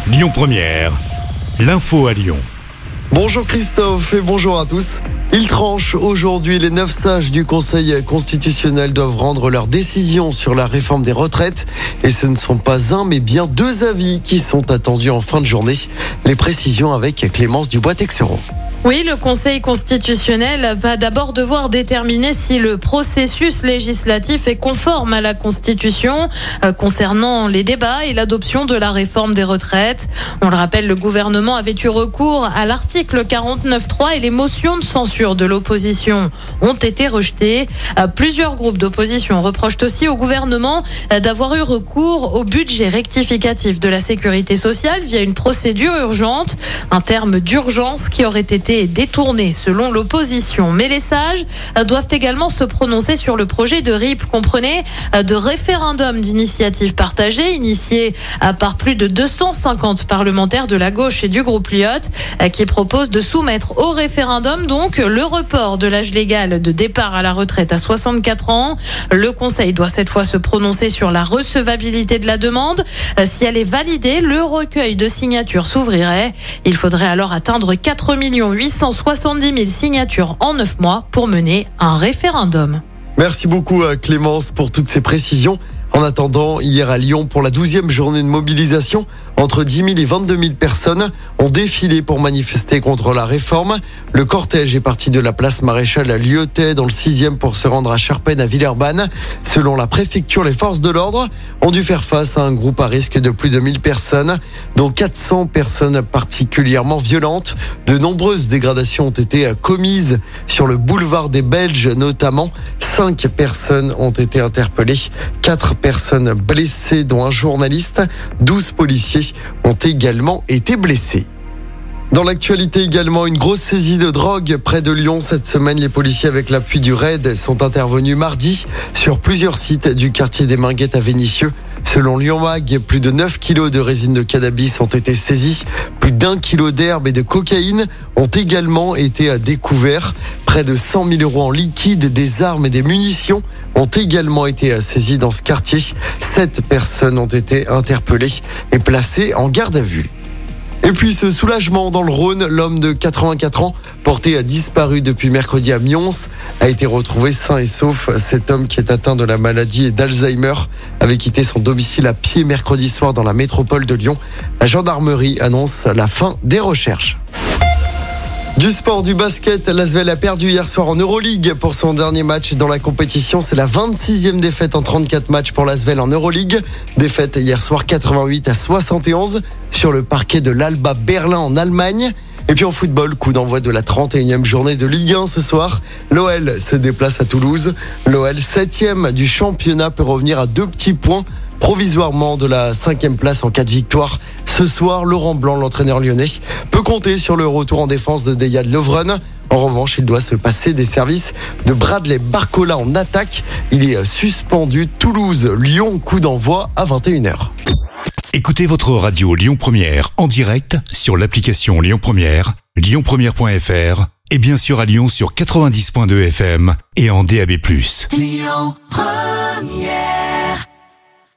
Lyon Première, l'info à Lyon. Bonjour Christophe et bonjour à tous. Il tranche aujourd'hui. Les 9 sages du Conseil constitutionnel doivent rendre leur décision sur la réforme des retraites. Et ce ne sont pas un, mais bien 2 avis qui sont attendus en fin de journée. Les précisions avec Clémence Dubois-Texereau. Oui, le Conseil constitutionnel va d'abord devoir déterminer si le processus législatif est conforme à la Constitution concernant les débats et l'adoption de la réforme des retraites. On le rappelle, le gouvernement avait eu recours à l'article 49.3 et les motions de censure de l'opposition ont été rejetées. Plusieurs groupes d'opposition reprochent aussi au gouvernement d'avoir eu recours au budget rectificatif de la sécurité sociale via une procédure urgente, un terme d'urgence qui aurait été détourné selon l'opposition. Mais les sages doivent également se prononcer sur le projet de RIP, comprenez, de référendum d'initiative partagée initié par plus de 250 parlementaires de la gauche et du groupe Lyotte qui propose de soumettre au référendum donc le report de l'âge légal de départ à la retraite à 64 ans. Le Conseil doit cette fois se prononcer sur la recevabilité de la demande. Si elle est validée, le recueil de signatures s'ouvrirait. Il faudrait alors atteindre 4 870 000 signatures en 9 mois pour mener un référendum. Merci beaucoup Clémence pour toutes ces précisions. En attendant, hier à Lyon, pour la 12e journée de mobilisation, entre 10 000 et 22 000 personnes ont défilé pour manifester contre la réforme. Le cortège est parti de la place Maréchal à Lyotet dans le 6e pour se rendre à Charpennes à Villeurbanne. Selon la préfecture, les forces de l'ordre ont dû faire face à un groupe à risque de plus de 1000 personnes, dont 400 personnes particulièrement violentes. De nombreuses dégradations ont été commises sur le boulevard des Belges notamment. 5 personnes ont été interpellées, 4 personnes blessées dont un journaliste, 12 policiers ont également été blessés. Dans l'actualité également, une grosse saisie de drogue près de Lyon. Cette semaine, les policiers avec l'appui du RAID sont intervenus mardi sur plusieurs sites du quartier des Minguettes à Vénissieux. Selon Lyon Mag, plus de 9 kilos de résine de cannabis ont été saisis. Plus d'1 kilo d'herbe et de cocaïne ont également été découverts. Près de 100 000 euros en liquide, des armes et des munitions ont également été saisis dans ce quartier. 7 personnes ont été interpellées et placées en garde à vue. Et puis ce soulagement dans le Rhône, l'homme de 84 ans, porté à disparu depuis mercredi à Mions, a été retrouvé sain et sauf. Cet homme qui est atteint de la maladie d'Alzheimer avait quitté son domicile à pied mercredi soir dans la métropole de Lyon. La gendarmerie annonce la fin des recherches. Du sport, du basket, l'Asvel a perdu hier soir en Euroleague pour son dernier match dans la compétition. C'est la 26e défaite en 34 matchs pour l'Asvel en Euroleague. Défaite hier soir 88-71 sur le parquet de l'Alba Berlin en Allemagne. Et puis en football, coup d'envoi de la 31e journée de Ligue 1 ce soir. L'OL se déplace à Toulouse. L'OL 7e du championnat peut revenir à 2 petits points provisoirement de la 5e place en cas de victoire. Ce soir, Laurent Blanc, l'entraîneur lyonnais, peut compter sur le retour en défense de Deyad Lovren. En revanche, il doit se passer des services de Bradley Barcola en attaque. Il est suspendu. Toulouse-Lyon, coup d'envoi à 21h. Écoutez votre radio Lyon Première en direct sur l'application Lyon Première, lyonpremière.fr et bien sûr à Lyon sur 90.2 FM et en DAB+. Lyon Première.